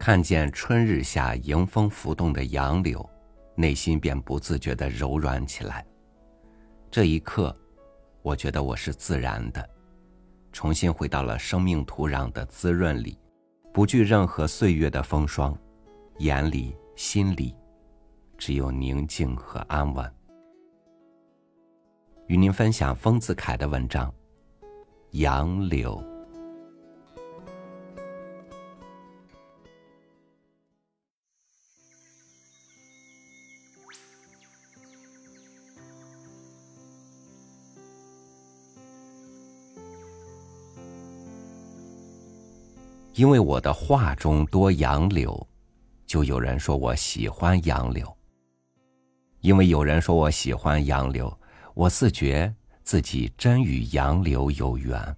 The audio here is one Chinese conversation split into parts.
看见春日下迎风浮动的杨柳，内心便不自觉地柔软起来。这一刻，我觉得我是自然的，重新回到了生命土壤的滋润里，不惧任何岁月的风霜，眼里心里只有宁静和安稳。与您分享丰子恺的文章《杨柳》。因为我的画中多杨柳，就有人说我喜欢杨柳。因为有人说我喜欢杨柳，我自觉自己真与杨柳有缘。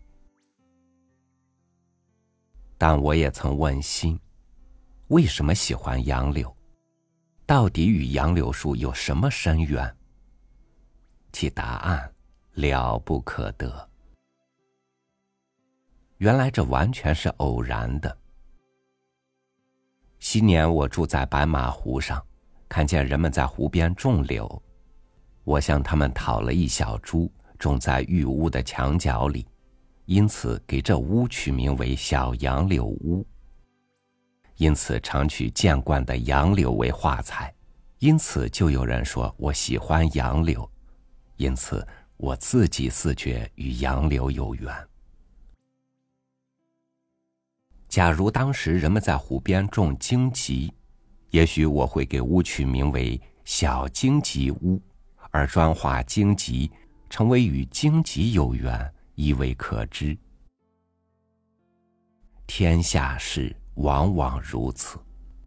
但我也曾问心，为什么喜欢杨柳？到底与杨柳树有什么深缘？其答案了不可得。原来这完全是偶然的。昔年我住在白马湖上，看见人们在湖边种柳，我向他们讨了一小株，种在玉屋的墙角里，因此给这屋取名为小杨柳屋。因此常取见惯的杨柳为画材，因此就有人说我喜欢杨柳，因此我自己自觉与杨柳有缘。假如当时人们在湖边种荆棘，也许我会给屋取名为小荆棘屋，而专画荆棘，成为与荆棘有缘，亦未可知。天下事往往如此。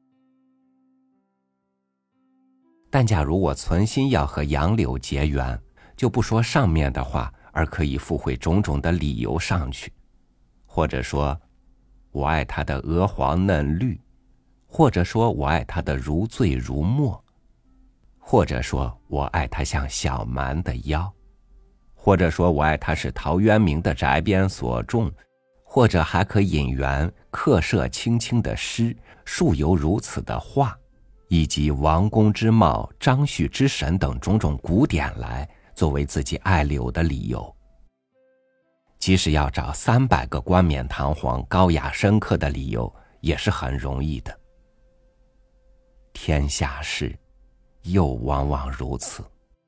但假如我存心要和杨柳结缘，就不说上面的话，而可以附会种种的理由上去，或者说我爱它的鹅黄嫩绿，或者说我爱它的如醉如墨，或者说我爱它像小蛮的腰，或者说我爱它是陶渊明的宅边所种，或者还可引援客舍青青的诗，数犹如此的画，以及王公之貌、张旭之神等种种古典来作为自己爱柳的理由。即使要找300个冠冕堂皇、高雅深刻的理由，也是很容易的。天下事又往往如此。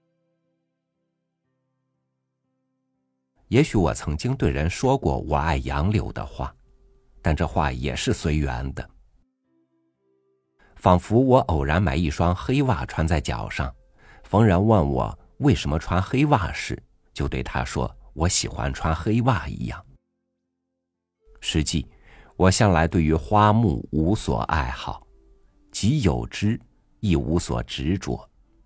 也许我曾经对人说过我爱杨柳的话，但这话也是随缘的。仿佛我偶然买一双黑袜穿在脚上，逢人问我为什么穿黑袜时，就对他说我喜欢穿黑袜一样。实际我向来对于花木无所爱好，即有之亦无所执着。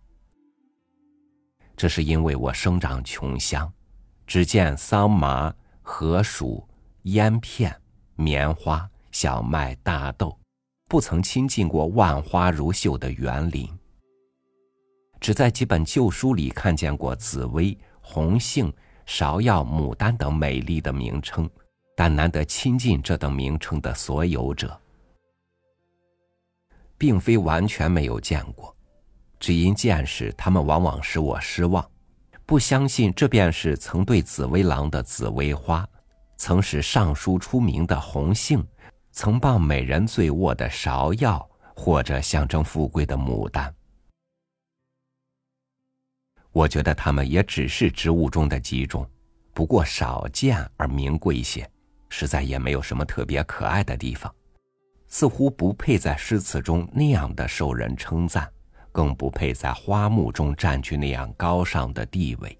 这是因为我生长穷乡，只见桑麻、禾黍、烟片、棉花、小麦、大豆，不曾亲近过万花如绣的园林。只在几本旧书里看见过紫薇、红杏、芍药、牡丹等美丽的名称，但难得亲近这等名称的所有者。并非完全没有见过，只因见时他们往往使我失望，不相信这便是曾对紫薇郎的紫薇花，曾使尚书出名的红杏，曾抱美人醉卧的芍药，或者象征富贵的牡丹。我觉得它们也只是植物中的几种，不过少见而名贵些，实在也没有什么特别可爱的地方，似乎不配在诗词中那样的受人称赞，更不配在花木中占据那样高尚的地位。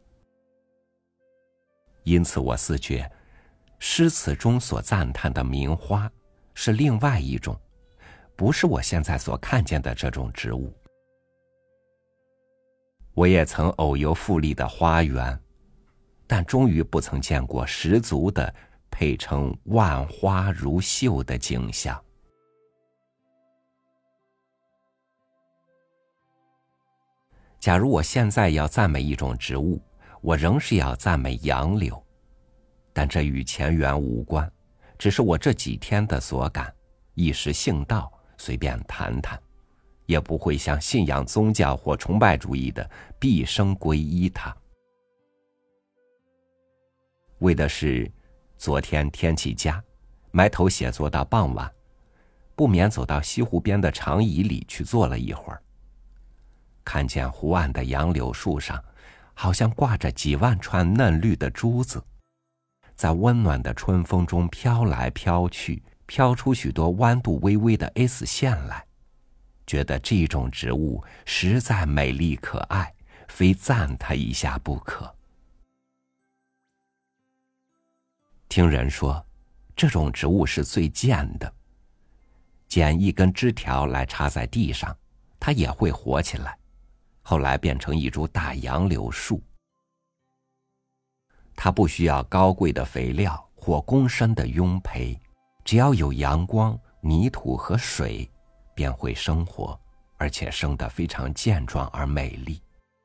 因此我自觉诗词中所赞叹的名花是另外一种，不是我现在所看见的这种植物。我也曾偶游富丽的花园，但终于不曾见过十足的配称万花如绣的景象。假如我现在要赞美一种植物，我仍是要赞美杨柳，但这与前缘无关，只是我这几天的所感，一时兴到， 随便谈谈，也不会像信仰宗教或崇拜主义的毕生皈依它。为的是昨天天气佳，埋头写作到傍晚，不免走到西湖边的长椅里去坐了一会儿，看见湖岸的杨柳树上好像挂着几万串嫩绿的珠子，在温暖的春风中飘来飘去，飘出许多弯度微微的 S 线来，觉得这种植物实在美丽可爱，非赞它一下不可。听人说，这种植物是最贱的，捡一根枝条来插在地上，它也会活起来，后来变成一株大杨柳树。它不需要高贵的肥料或躬深的栽培，只要有阳光、泥土和水，便会生活，而且生得非常健壮而美丽。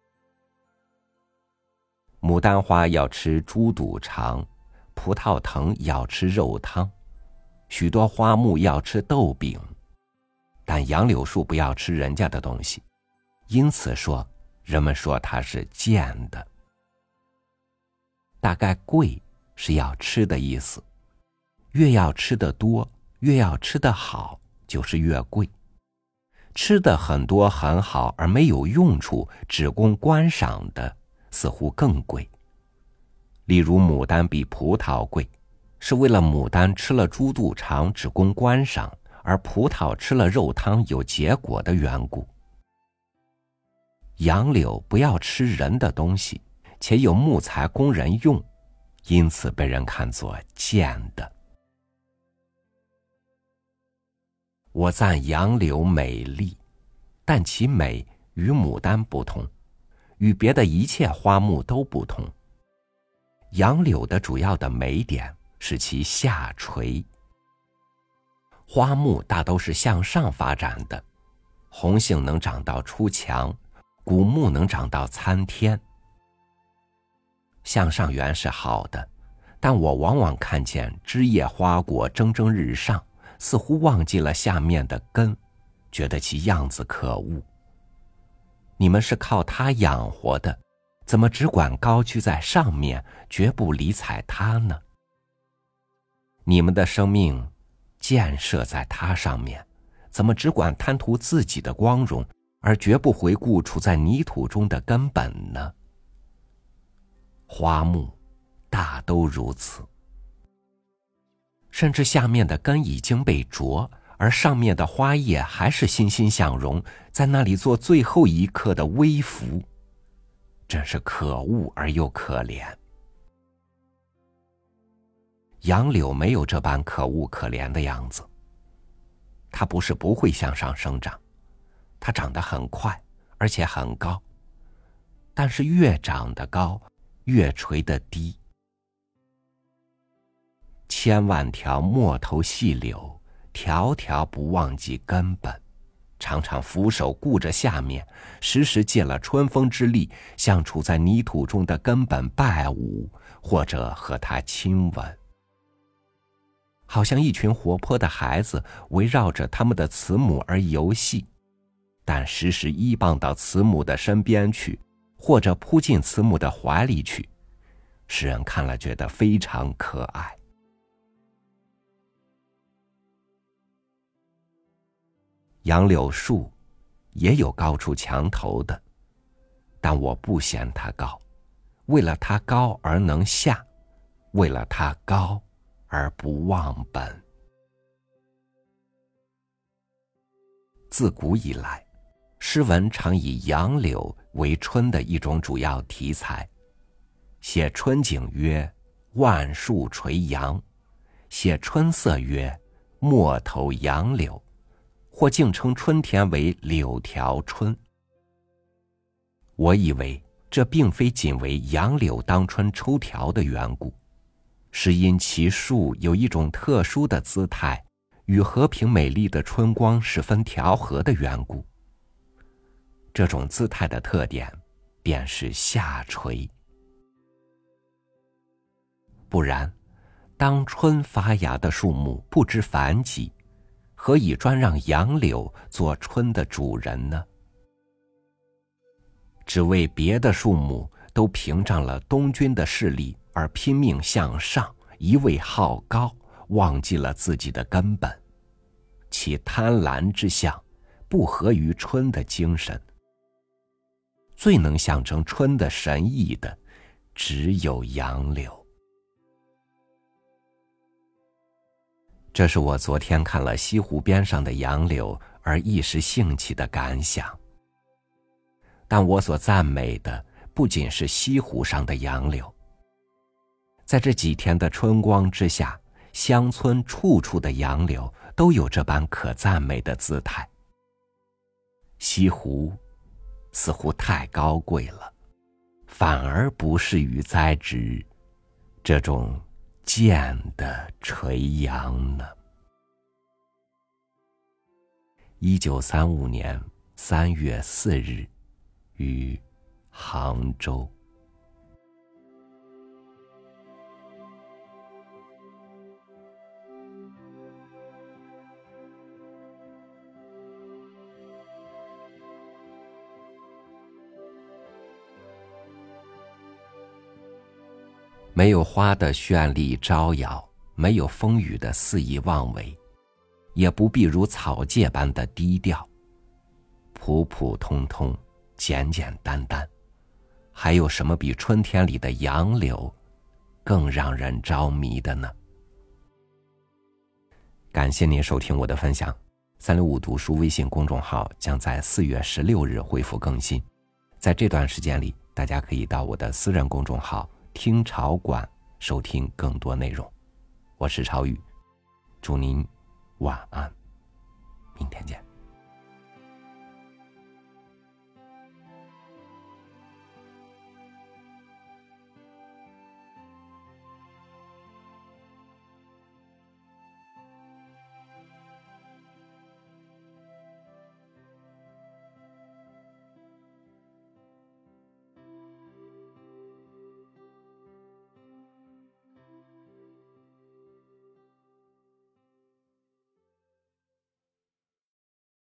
牡丹花要吃猪肚肠，葡萄藤要吃肉汤，许多花木要吃豆饼，但杨柳树不要吃人家的东西，因此说人们说它是贱的。大概贵是要吃的意思，越要吃得多，越要吃得好，就是越贵。吃的很多很好而没有用处，只供观赏的，似乎更贵。例如牡丹比葡萄贵，是为了牡丹吃了猪肚肠只供观赏，而葡萄吃了肉汤有结果的缘故。杨柳不要吃人的东西，且有木材供人用，因此被人看作贱的。我赞杨柳美丽，但其美与牡丹不同，与别的一切花木都不同。杨柳的主要的美点是其下垂。花木大都是向上发展的，红杏能长到出墙，古木能长到参天。向上缘是好的，但我往往看见枝叶花果蒸蒸日上，似乎忘记了下面的根，觉得其样子可恶。你们是靠它养活的，怎么只管高居在上面，绝不理睬它呢？你们的生命建设在它上面，怎么只管贪图自己的光荣，而绝不回顾处在泥土中的根本呢？花木大都如此，甚至下面的根已经被啄，而上面的花叶还是欣欣向荣，在那里做最后一刻的微服，真是可恶而又可怜。杨柳没有这般可恶可怜的样子，它不是不会向上生长，它长得很快，而且很高，但是越长得高，越垂得低。千万条陌头细柳，条条不忘记根本，常常俯首顾着下面，时时借了春风之力，向处在泥土中的根本拜舞，或者和它亲吻，好像一群活泼的孩子围绕着他们的慈母而游戏，但时时依傍到慈母的身边去，或者扑进慈母的怀里去，使人看了觉得非常可爱。杨柳树也有高出墙头的，但我不嫌它高，为了它高而能下，为了它高而不忘本。自古以来，诗文常以杨柳为春的一种主要题材，写春景曰万树垂杨，写春色曰陌头杨柳，或竟称春天为柳条春。我以为这并非仅为杨柳当春抽条的缘故，是因其树有一种特殊的姿态，与和平美丽的春光十分调和的缘故。这种姿态的特点便是下垂。不然，当春发芽的树木不知繁几， 何以专让杨柳做春的主人呢？只为别的树木都屏障了东君的势力而拼命向上，一味好高，忘记了自己的根本，其贪婪之相不合于春的精神。最能象征春的神意的，只有杨柳。这是我昨天看了西湖边上的杨柳而一时兴起的感想。但我所赞美的不仅是西湖上的杨柳，在这几天的春光之下，乡村处处的杨柳都有这般可赞美的姿态。西湖似乎太高贵了，反而不适于栽植这种贱的垂杨呢。1935年3月4日，于杭州。没有花的绚丽招摇，没有风雨的肆意妄为，也不必如草芥般的低调，普普通通，简简单单，还有什么比春天里的杨柳更让人着迷的呢？感谢您收听我的分享。365读书微信公众号将在4月16日恢复更新，在这段时间里，大家可以到我的私人公众号听潮馆收听更多内容。我是朝宇，祝您晚安，明天见。